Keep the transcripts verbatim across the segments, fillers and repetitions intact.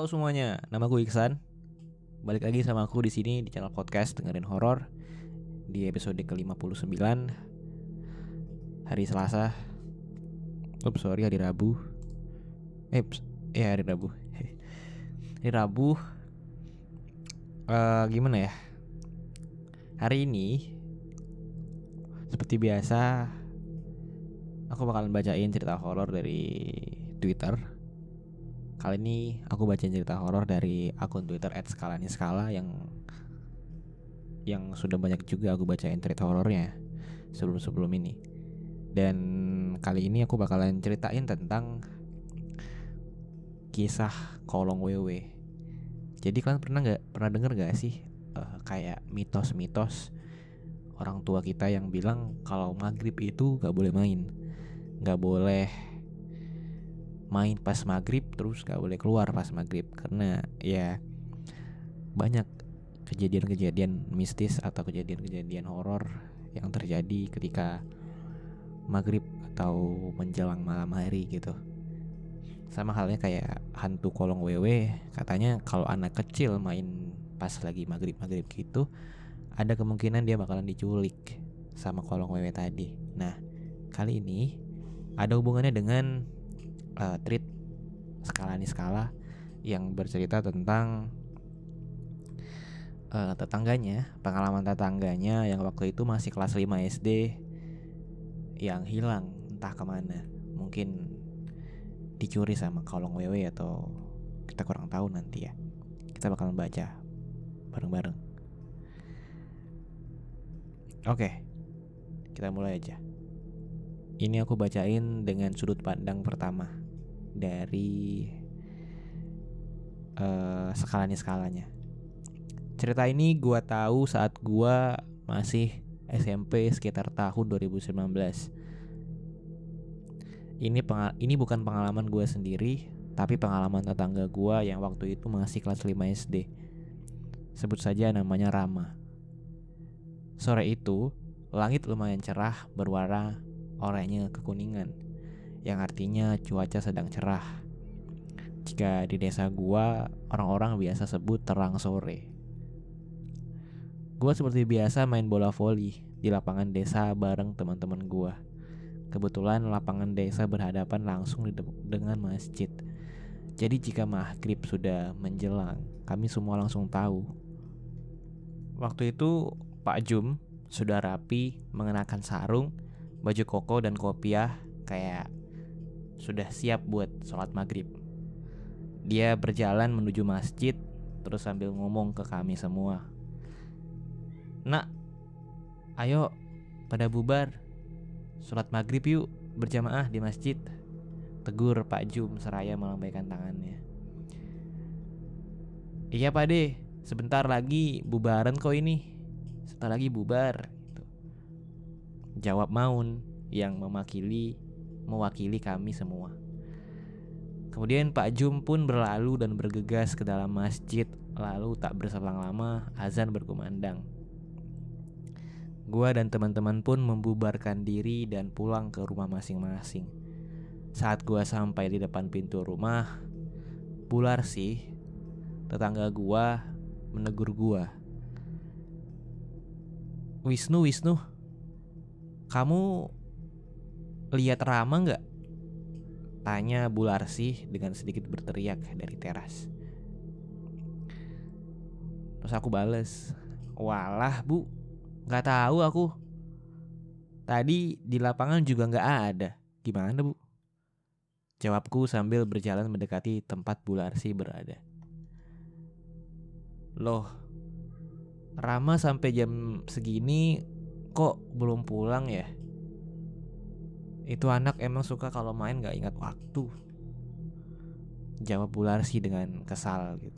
Halo semuanya, nama gue Iksan. Balik lagi sama aku di sini di channel podcast dengerin horor di episode ke lima puluh sembilan. Hari Selasa. Ups, sorry hari Rabu. Eh, ya hari Rabu. Hari Rabu. Uh, gimana ya? Hari ini seperti biasa aku bakalan bacain cerita horor dari Twitter. Kali ini aku bacain cerita horor dari akun Twitter et skalaniskala yang yang sudah banyak juga aku bacain cerita horornya sebelum-sebelum ini. Dan kali ini aku bakalan ceritain tentang kisah kolong wewe. Jadi kalian pernah nggak pernah dengar nggak sih uh, kayak mitos-mitos orang tua kita yang bilang kalau maghrib itu nggak boleh main, nggak boleh main pas maghrib, terus gak boleh keluar pas maghrib karena ya banyak kejadian-kejadian mistis atau kejadian-kejadian horor yang terjadi ketika maghrib atau menjelang malam hari gitu. Sama halnya kayak hantu kolong wewe, katanya kalau anak kecil main pas lagi maghrib-maghrib gitu ada kemungkinan dia bakalan diculik sama kolong wewe tadi. Nah, kali ini ada hubungannya dengan Uh, tweet Skalaniskala yang bercerita tentang uh, tetangganya, pengalaman tetangganya yang waktu itu masih kelas lima S D yang hilang entah kemana. Mungkin dicuri sama kolong wewe atau kita kurang tahu nanti ya. Kita bakalan baca bareng-bareng. Oke, kita mulai aja. Ini aku bacain dengan sudut pandang pertama dari uh, skalanya-skalanya. Cerita ini gue tahu saat gue masih S M P sekitar tahun dua ribu sembilan belas. Ini pengal- ini bukan pengalaman gue sendiri, tapi pengalaman tetangga gue yang waktu itu masih kelas lima S D. Sebut saja namanya Rama. Sore itu, langit lumayan cerah berwarna oranye kekuningan, yang artinya cuaca sedang cerah. Jika di desa gua, orang-orang biasa sebut terang sore. Gua seperti biasa main bola voli di lapangan desa bareng teman-teman gua. Kebetulan lapangan desa berhadapan langsung de- dengan masjid. Jadi jika maghrib sudah menjelang, kami semua langsung tahu. Waktu itu Pak Jum sudah rapi mengenakan sarung, baju koko dan kopiah kayak sudah siap buat sholat maghrib. Dia berjalan menuju masjid terus sambil ngomong ke kami semua, "Nak, ayo pada bubar, sholat maghrib yuk berjamaah di masjid," tegur Pak Jum seraya melambaikan tangannya. "Iya Pak De, sebentar lagi bubaran kok ini, sebentar lagi bubar," gitu. Jawab Maun yang memakili mewakili kami semua. Kemudian Pak Jum pun berlalu dan bergegas ke dalam masjid. Lalu tak berselang lama azan berkumandang. Gua dan teman-teman pun membubarkan diri dan pulang ke rumah masing-masing. Saat gua sampai di depan pintu rumah, Bular sih, tetangga gua, menegur gua. "Wisnu, Wisnu, kamu lihat Rama gak?" tanya Bularsih dengan sedikit berteriak dari teras. Terus aku bales, "Walah bu, gak tahu aku. Tadi di lapangan juga gak ada. Gimana bu?" jawabku sambil berjalan mendekati tempat Bularsih berada. "Loh, Rama sampai jam segini kok belum pulang ya? Itu anak emang suka kalau main gak ingat waktu," jawab Bularsi dengan kesal gitu.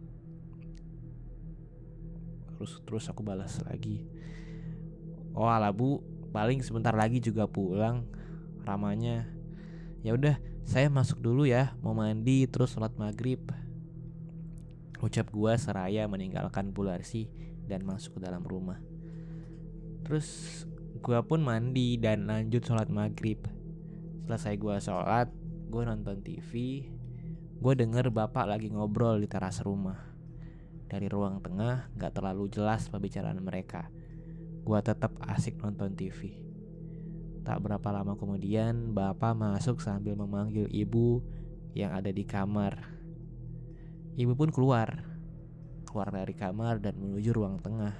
Terus terus aku balas lagi, "Oh alah bu, paling sebentar lagi juga pulang Ramanya. Ya udah, saya masuk dulu ya, mau mandi terus sholat maghrib," ucap gua seraya meninggalkan Bularsi dan masuk ke dalam rumah. Terus gua pun mandi dan lanjut sholat maghrib. Selesai gua sholat, gua nonton T V. gue denger bapak lagi ngobrol di teras rumah. Dari ruang tengah gak terlalu jelas pembicaraan mereka. Gue tetap asik nonton T V. Tak berapa lama kemudian bapak masuk sambil memanggil ibu yang ada di kamar. Ibu pun keluar Keluar dari kamar dan menuju ruang tengah.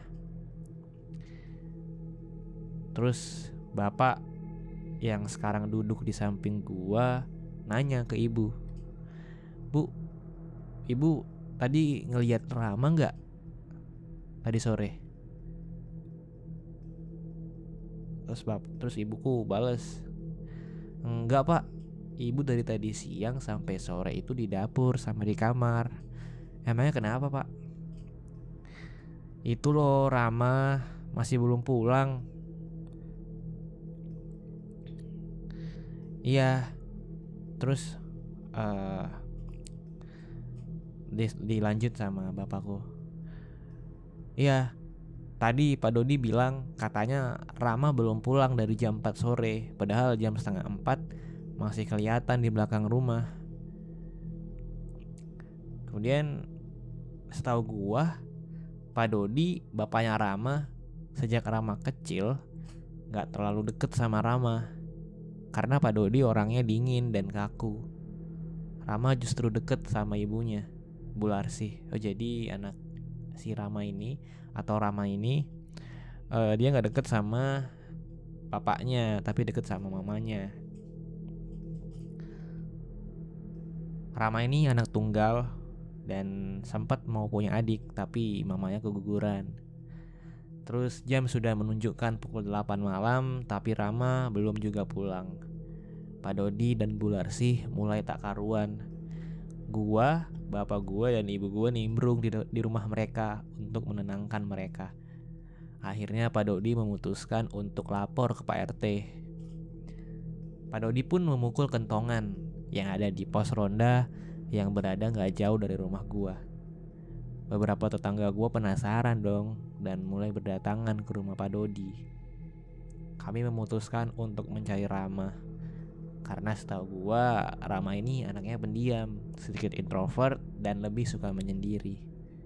Terus bapak yang sekarang duduk di samping gua nanya ke ibu, "Bu, ibu tadi ngelihat Rama gak tadi sore?" Terus bap terus ibuku bales, "Enggak pak, ibu dari tadi siang sampai sore itu di dapur sama di kamar." "Emangnya kenapa pak?" "Itu loh, Rama masih belum pulang." "Iya." Terus uh, di, dilanjut sama bapakku, "Iya, tadi Pak Dodi bilang katanya Rama belum pulang dari jam empat sore, padahal jam setengah empat masih kelihatan di belakang rumah." Kemudian setahu gua, Pak Dodi bapaknya Rama sejak Rama kecil gak terlalu deket sama Rama, karena Pak Dodi orangnya dingin dan kaku. Rama justru deket sama ibunya, Bu Larsih. Oh, jadi anak si Rama ini atau Rama ini uh, dia gak deket sama bapaknya, tapi deket sama mamanya. Rama ini anak tunggal dan sempat mau punya adik, tapi mamanya keguguran. Terus jam sudah menunjukkan pukul delapan malam, tapi Rama belum juga pulang. Pak Dodi dan Bu Larsih mulai tak karuan. Gua, bapak gua dan ibu gua nimbrung di, di rumah mereka untuk menenangkan mereka. Akhirnya Pak Dodi memutuskan untuk lapor ke Pak R T. Pak Dodi pun memukul kentongan yang ada di pos ronda yang berada gak jauh dari rumah gua. Beberapa tetangga gua penasaran dong dan mulai berdatangan ke rumah Pak Dodi. Kami memutuskan untuk mencari Rama, karena setahu gua Rama ini anaknya pendiam, sedikit introvert dan lebih suka menyendiri.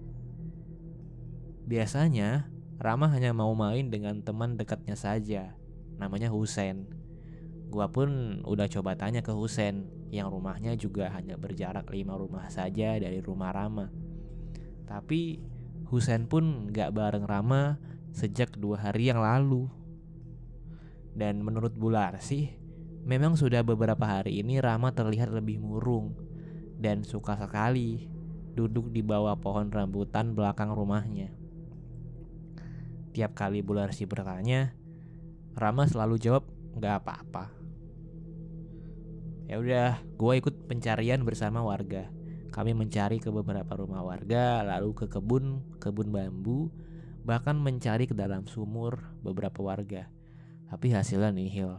Biasanya Rama hanya mau main dengan teman dekatnya saja, namanya Husen. Gua pun udah coba tanya ke Husen, yang rumahnya juga hanya berjarak lima rumah saja dari rumah Rama. Tapi Husen pun gak bareng Rama sejak dua hari yang lalu. Dan menurut Bu Larsih, memang sudah beberapa hari ini Rama terlihat lebih murung dan suka sekali duduk di bawah pohon rambutan belakang rumahnya. Tiap kali Bu Larsih bertanya, Rama selalu jawab gak apa-apa. Ya udah, gue ikut pencarian bersama warga. Kami mencari ke beberapa rumah warga, lalu ke kebun, kebun bambu, bahkan mencari ke dalam sumur beberapa warga. Tapi hasilnya nihil.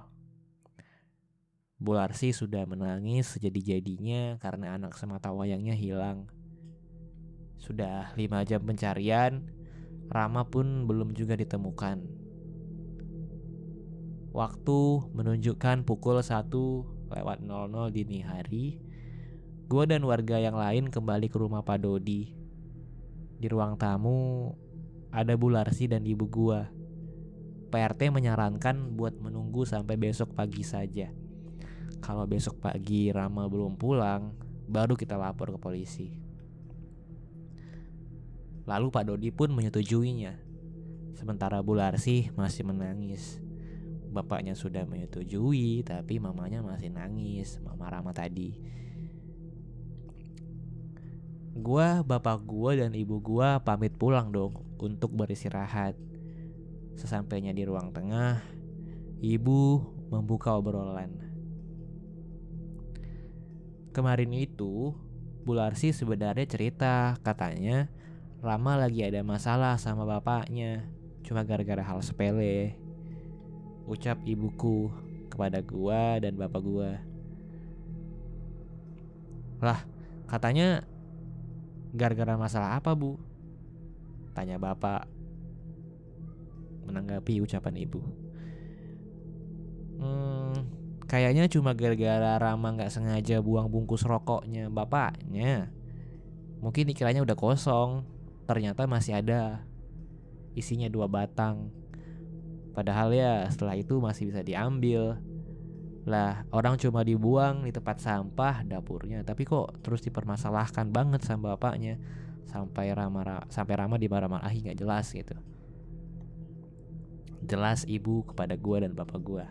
Bu Larsih sudah menangis sejadi-jadinya karena anak semata wayangnya hilang. Sudah lima jam pencarian, Rama pun belum juga ditemukan. Waktu menunjukkan pukul satu lewat nol nol dini hari. Gue dan warga yang lain kembali ke rumah Pak Dodi. Di ruang tamu ada Bu Larsih dan ibu gue. P R T menyarankan buat menunggu sampai besok pagi saja. Kalau besok pagi Rama belum pulang, baru kita lapor ke polisi. Lalu Pak Dodi pun menyetujuinya. Sementara Bu Larsih masih menangis. Bapaknya sudah menyetujui, tapi mamanya masih nangis, mama Rama tadi. Gua, bapak gua dan ibu gua pamit pulang dong untuk beristirahat. Sesampainya di ruang tengah, ibu membuka obrolan. Kemarin itu, Bu Larsih sebenarnya cerita, katanya Rama lagi ada masalah sama bapaknya, cuma gara-gara hal sepele. Ucap ibuku kepada gua dan bapak gua. Lah, katanya gara-gara masalah apa, Bu? Tanya bapak menanggapi ucapan ibu. Hmm, Kayaknya cuma gara-gara Rama gak sengaja buang bungkus rokoknya bapaknya. Mungkin dikiranya udah kosong, ternyata masih ada, isinya dua batang. Padahal ya setelah itu masih bisa diambil. Lah orang cuma dibuang di tempat sampah dapurnya, tapi kok terus dipermasalahkan banget sama bapaknya. Sampai Rama sampai Rama dimarah-marahi gak jelas gitu. Jelas ibu kepada gua dan bapak gua.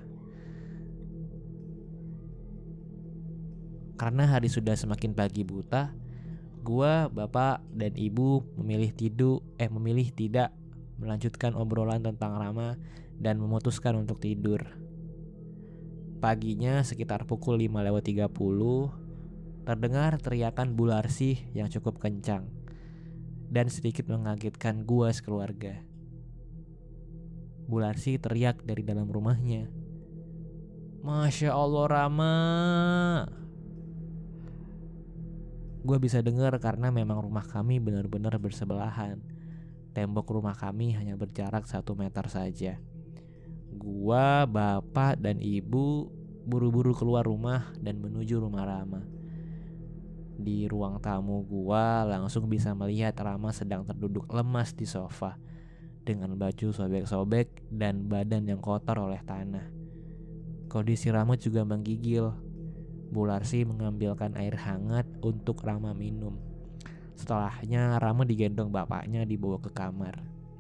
Karena hari sudah semakin pagi buta, gua, bapak, dan ibu memilih tidur eh memilih tidak melanjutkan obrolan tentang Rama dan memutuskan untuk tidur. Paginya sekitar pukul lima lewat tiga puluh terdengar teriakan Bu Larsih yang cukup kencang dan sedikit mengagetkan gua sekeluarga. Bu Larsih teriak dari dalam rumahnya, "Masya Allah Rama!" Gue bisa dengar karena memang rumah kami benar-benar bersebelahan. Tembok rumah kami hanya berjarak satu meter saja. Gua, bapak, dan ibu buru-buru keluar rumah dan menuju rumah Rama. Di ruang tamu gua langsung bisa melihat Rama sedang terduduk lemas di sofa dengan baju sobek-sobek dan badan yang kotor oleh tanah. Kondisi Rama juga menggigil. Bu Larsih mengambilkan air hangat untuk Rama minum. Setelahnya Rama digendong bapaknya dibawa ke kamar.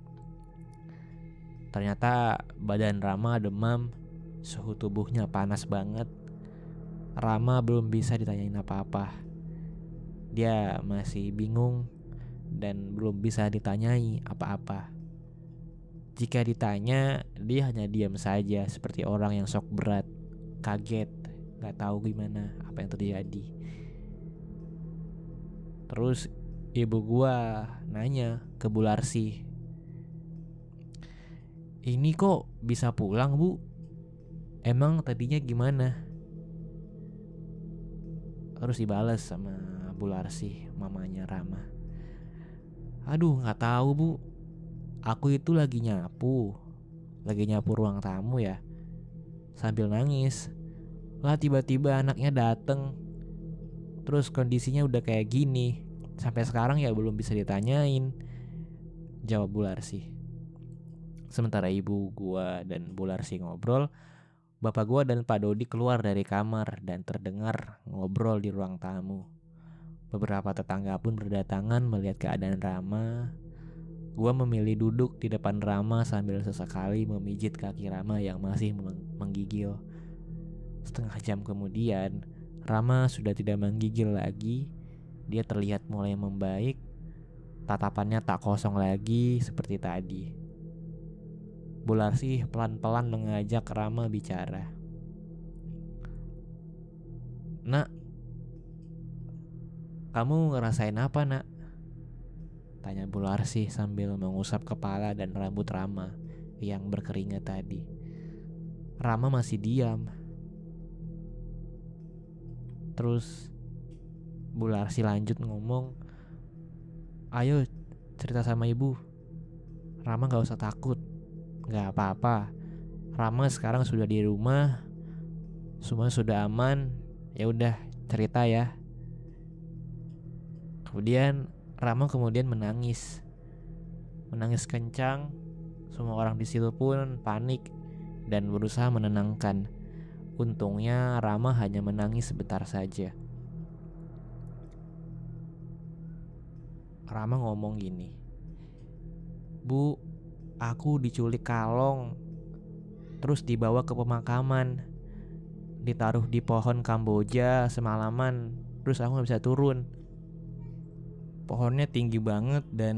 Ternyata badan Rama demam, suhu tubuhnya panas banget. Rama belum bisa ditanyain apa-apa. Dia masih bingung dan belum bisa ditanyai apa-apa. Jika ditanya, dia hanya diam saja seperti orang yang shock berat, kaget, gak tahu gimana apa yang terjadi. Terus ibu gua nanya ke Bu Larsih, "Ini kok bisa pulang, Bu? Emang tadinya gimana?" Terus dibalas sama Bu Larsih, mamanya Rama, "Aduh gak tahu, Bu. Aku itu lagi nyapu Lagi nyapu ruang tamu ya, sambil nangis. Lah tiba-tiba anaknya dateng. Terus kondisinya udah kayak gini. Sampai sekarang ya belum bisa ditanyain," jawab Bu Larsih. Sementara ibu gua dan Bu Larsih ngobrol, bapak gua dan Pak Dodi keluar dari kamar dan terdengar ngobrol di ruang tamu. Beberapa tetangga pun berdatangan melihat keadaan Rama. Gua memilih duduk di depan Rama sambil sesekali memijit kaki Rama yang masih menggigil. Setengah jam kemudian, Rama sudah tidak menggigil lagi. Dia terlihat mulai membaik. Tatapannya tak kosong lagi seperti tadi. Bu Larsih pelan-pelan mengajak Rama bicara. "Nak, kamu ngerasain apa, Nak?" tanya Bu Larsih sambil mengusap kepala dan rambut Rama yang berkeringat tadi. Rama masih diam. Terus Bu Larsih lanjut ngomong, "Ayo cerita sama ibu. Rama gak usah takut. Gak apa-apa. Rama sekarang sudah di rumah. Semua sudah aman. Ya udah, cerita ya." Kemudian Rama kemudian menangis. Menangis kencang. Semua orang di situ pun panik dan berusaha menenangkan. Untungnya Rama hanya menangis sebentar saja. Rama ngomong gini, "Bu, aku diculik kalong. Terus dibawa ke pemakaman. Ditaruh di pohon Kamboja semalaman. Terus aku gak bisa turun. Pohonnya tinggi banget dan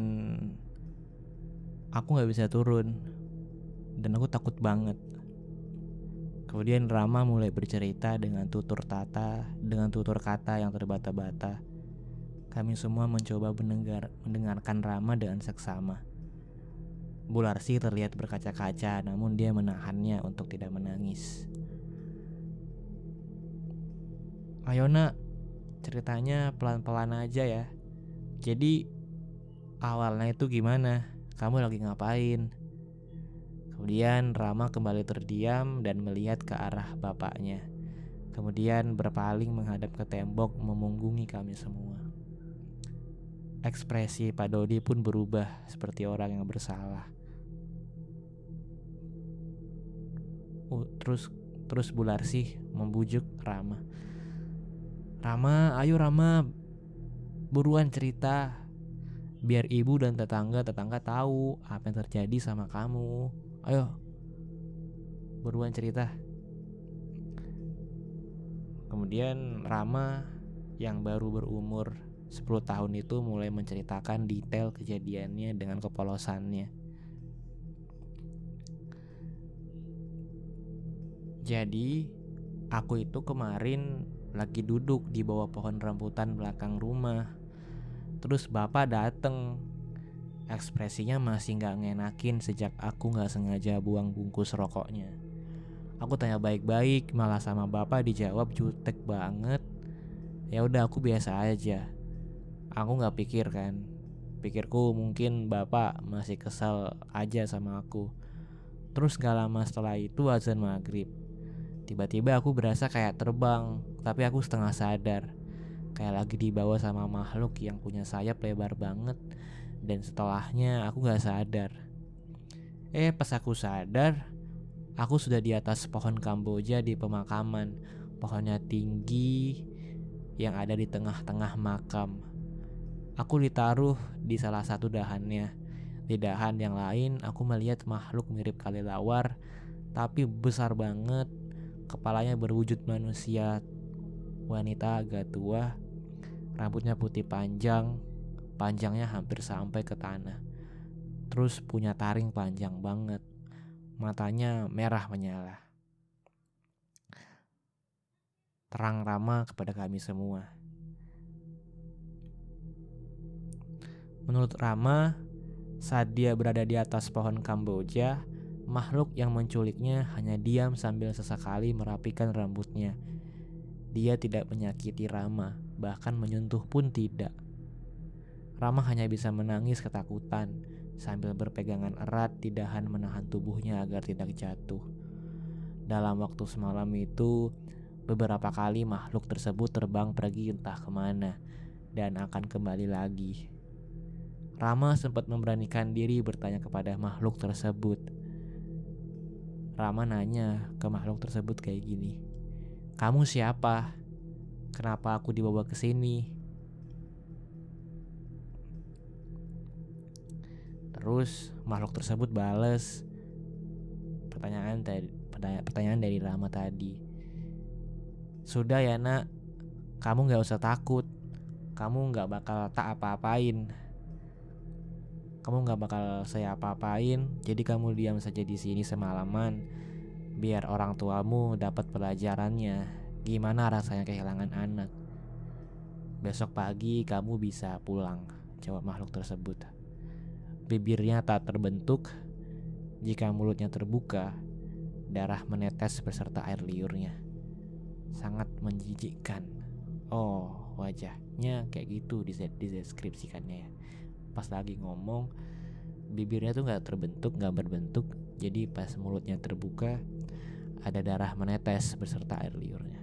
aku gak bisa turun. Dan aku takut banget." Kemudian Rama mulai bercerita dengan tutur kata, dengan tutur kata yang terbata-bata. Kami semua mencoba mendengar, mendengarkan Rama dengan seksama. Bu Larsih terlihat berkaca-kaca, namun dia menahannya untuk tidak menangis. "Ayo Nak, ceritanya pelan-pelan aja ya. Jadi awalnya itu gimana? Kamu lagi ngapain?" Kemudian Rama kembali terdiam dan melihat ke arah bapaknya. Kemudian berpaling menghadap ke tembok memunggungi kami semua. Ekspresi Pak Dodi pun berubah seperti orang yang bersalah. Uh, terus terus Bu Larsih membujuk Rama. Rama, ayo Rama, buruan cerita. Biar ibu dan tetangga-tetangga tahu apa yang terjadi sama kamu. Ayo, buruan cerita. Kemudian Rama yang baru berumur sepuluh tahun itu mulai menceritakan detail kejadiannya dengan kepolosannya. Jadi, aku itu kemarin lagi duduk di bawah pohon rambutan belakang rumah. Terus bapak dateng. Ekspresinya masih gak ngenakin sejak aku gak sengaja buang bungkus rokoknya. Aku tanya baik-baik, malah sama bapak dijawab jutek banget. Ya udah, aku biasa aja. Aku gak pikir kan. Pikirku mungkin bapak masih kesal aja sama aku. Terus gak lama setelah itu azan maghrib. Tiba-tiba aku berasa kayak terbang, tapi aku setengah sadar. Kayak lagi dibawa sama makhluk yang punya sayap lebar banget. Dan setelahnya aku gak sadar. Eh pas aku sadar, aku sudah di atas pohon Kamboja di pemakaman. Pohonnya tinggi yang ada di tengah-tengah makam. Aku ditaruh di salah satu dahannya. Di dahan yang lain aku melihat makhluk mirip kelelawar, tapi besar banget. Kepalanya berwujud manusia, wanita agak tua. Rambutnya putih panjang, panjangnya hampir sampai ke tanah. Terus punya taring panjang banget. Matanya merah menyala. Terang Rama kepada kami semua. Menurut Rama, saat dia berada di atas pohon Kamboja, makhluk yang menculiknya hanya diam sambil sesekali merapikan rambutnya. Dia tidak menyakiti Rama, bahkan menyentuh pun tidak. Rama hanya bisa menangis ketakutan sambil berpegangan erat di dahan menahan tubuhnya agar tidak jatuh. Dalam waktu semalam itu, beberapa kali makhluk tersebut terbang pergi entah kemana dan akan kembali lagi. Rama sempat memberanikan diri bertanya kepada makhluk tersebut. Rama nanya ke makhluk tersebut kayak gini. Kamu siapa? Kenapa aku dibawa ke sini? Terus makhluk tersebut bales pertanyaan tadi, pertanyaan dari Rama tadi. Sudah ya nak, kamu gak usah takut. Kamu gak bakal tak apa-apain. Kamu gak bakal saya apa-apain. Jadi kamu diam saja di sini semalaman, biar orang tuamu dapat pelajarannya gimana rasanya kehilangan anak. Besok pagi kamu bisa pulang, jawab makhluk tersebut. Bibirnya tak terbentuk. Jika mulutnya terbuka, darah menetes beserta air liurnya. Sangat menjijikkan. Oh, wajahnya kayak gitu dideskripsikannya ya. Pas lagi ngomong, bibirnya tuh gak terbentuk, gak berbentuk. Jadi pas mulutnya terbuka, ada darah menetes beserta air liurnya.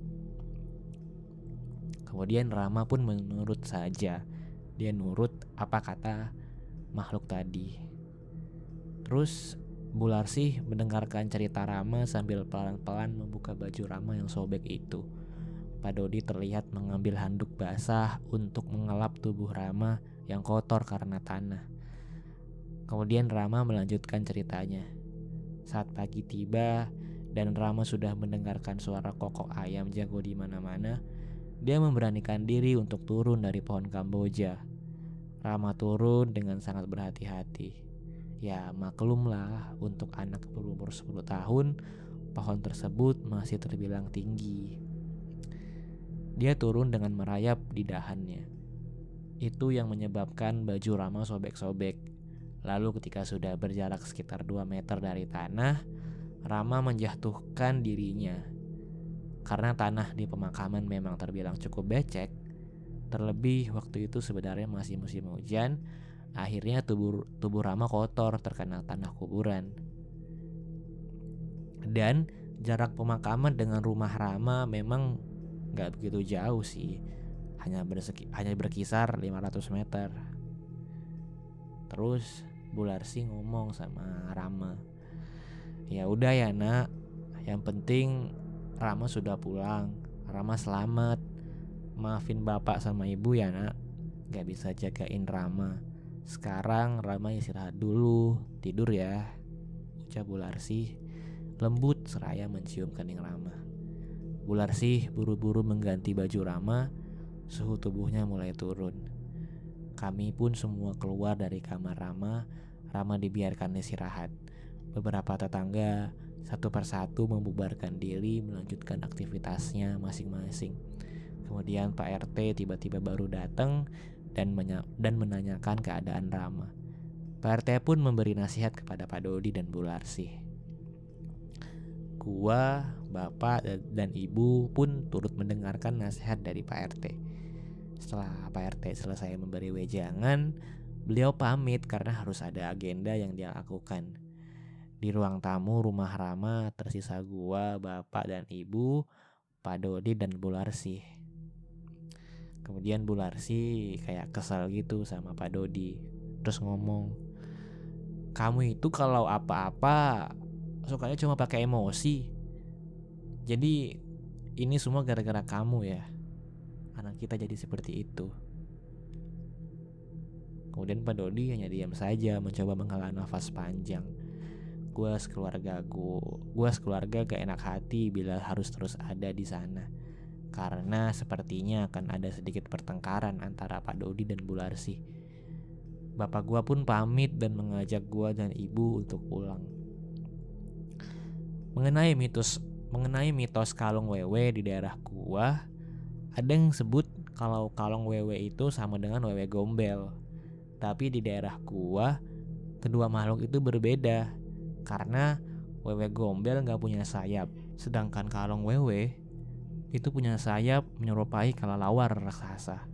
Kemudian Rama pun menurut saja. Dia nurut apa kata makhluk tadi. Terus Bu Larsih mendengarkan cerita Rama sambil pelan-pelan membuka baju Rama yang sobek itu. Pak Dodi terlihat mengambil handuk basah untuk mengelap tubuh Rama yang kotor karena tanah. Kemudian Rama melanjutkan ceritanya. Saat pagi tiba dan Rama sudah mendengarkan suara kokok ayam jago di mana-mana, dia memberanikan diri untuk turun dari pohon Kamboja. Rama turun dengan sangat berhati-hati. Ya maklumlah, untuk anak berumur sepuluh tahun, pohon tersebut masih terbilang tinggi. Dia turun dengan merayap di dahannya. Itu yang menyebabkan baju Rama sobek-sobek. Lalu ketika sudah berjarak sekitar dua meter dari tanah, Rama menjatuhkan dirinya. Karena tanah di pemakaman memang terbilang cukup becek, terlebih waktu itu sebenarnya masih musim hujan, akhirnya tubuh, tubuh Rama kotor terkena tanah kuburan. Dan Jarak pemakaman dengan rumah Rama memang gak begitu jauh sih, hanya, berseki, hanya berkisar lima ratus meter. Terus Bularsi ngomong sama Rama, ya udah ya nak, yang penting Rama sudah pulang, Rama selamat. Maafin bapak sama ibu ya nak, gak bisa jagain Rama. Sekarang Rama istirahat dulu, tidur ya, ucap Bularsi lembut seraya mencium kening Rama. Bularsi buru-buru mengganti baju Rama. Suhu tubuhnya mulai turun. Kami pun semua keluar dari kamar Rama. Rama dibiarkan istirahat. Beberapa tetangga satu persatu membubarkan diri melanjutkan aktivitasnya masing-masing. Kemudian Pak R T tiba-tiba baru datang dan, menya- dan menanyakan keadaan Rama. Pak R T pun memberi nasihat kepada Pak Dodi dan Bularsi. Gua, bapak, dan ibu pun turut mendengarkan nasihat dari Pak R T. Setelah Pak R T selesai memberi wejangan, beliau pamit karena harus ada agenda yang dia lakukan. Di ruang tamu rumah Rama tersisa gua, bapak, dan ibu, Pak Dodi, dan Bularsi. Kemudian Bularsi kayak kesal gitu sama Pak Dodi. Terus ngomong, kamu itu kalau apa-apa sukanya cuma pakai emosi. Jadi ini semua gara-gara kamu ya, anak kita jadi seperti itu. Kemudian Pak Dodi hanya diam saja mencoba menghela nafas panjang. Gue sekeluarga gue, gue sekeluarga gak enak hati bila harus terus ada di sana, karena sepertinya akan ada sedikit pertengkaran antara Pak Dodi dan Bularsi. Bapak gue pun pamit dan mengajak gue dan ibu untuk pulang. Mengenai mitos mengenai mitos kalung wewe di daerah gua, ada yang sebut kalau kalung wewe itu sama dengan wewe gombel. Tapi di daerah gua, kedua makhluk itu berbeda karena wewe gombel nggak punya sayap, sedangkan kalung wewe itu punya sayap menyerupai kelelawar raksasa.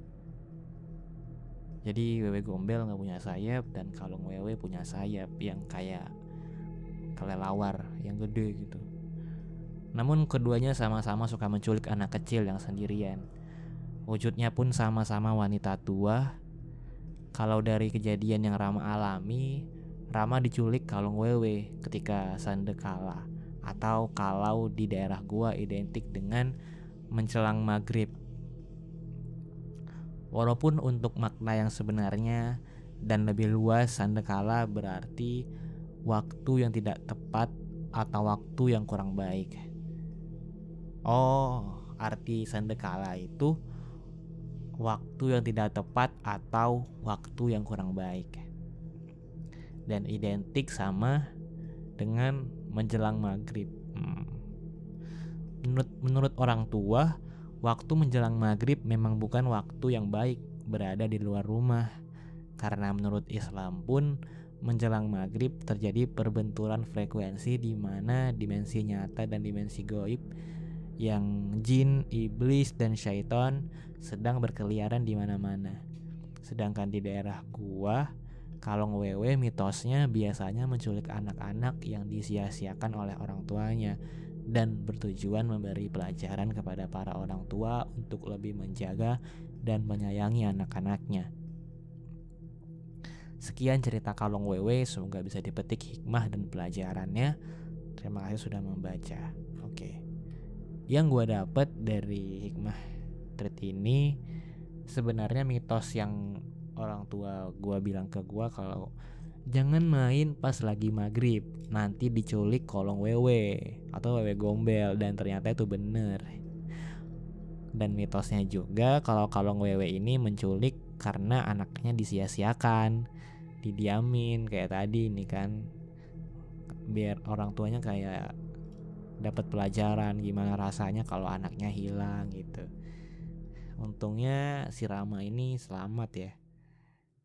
Jadi wewe gombel nggak punya sayap dan kalung wewe punya sayap yang kayak kelelawar yang gede gitu. Namun keduanya sama-sama suka menculik anak kecil yang sendirian. Wujudnya pun sama-sama wanita tua. Kalau dari kejadian yang Rama alami, Rama diculik kalung wewe ketika sandekala, atau kalau di daerah gua identik dengan menjelang maghrib. Walaupun untuk makna yang sebenarnya dan lebih luas, sandekala berarti waktu yang tidak tepat atau waktu yang kurang baik. Oh, arti sandekala itu waktu yang tidak tepat atau waktu yang kurang baik, dan identik sama dengan menjelang maghrib. hmm. Menurut, menurut orang tua, waktu menjelang maghrib memang bukan waktu yang baik berada di luar rumah, karena menurut Islam pun menjelang maghrib terjadi perbenturan frekuensi di mana dimensi nyata dan dimensi goib yang jin, iblis, dan syaitan sedang berkeliaran di mana-mana. Sedangkan di daerah gua, kalung wewe mitosnya biasanya menculik anak-anak yang disia-siakan oleh orang tuanya dan bertujuan memberi pelajaran kepada para orang tua untuk lebih menjaga dan menyayangi anak-anaknya. Sekian cerita kalung wewe, semoga bisa dipetik hikmah dan pelajarannya. Terima kasih sudah membaca. Oke. Yang gue dapat dari hikmah thread ini, sebenarnya mitos yang orang tua gue bilang ke gue kalau jangan main pas lagi maghrib, nanti diculik kolong wewe atau wewe gombel, dan ternyata itu bener. Dan mitosnya juga kalau kalong wewe ini menculik karena anaknya disia-siakan, didiamin kayak tadi ini kan, biar orang tuanya kayak dapat pelajaran gimana rasanya kalau anaknya hilang gitu. Untungnya si Rama ini selamat ya.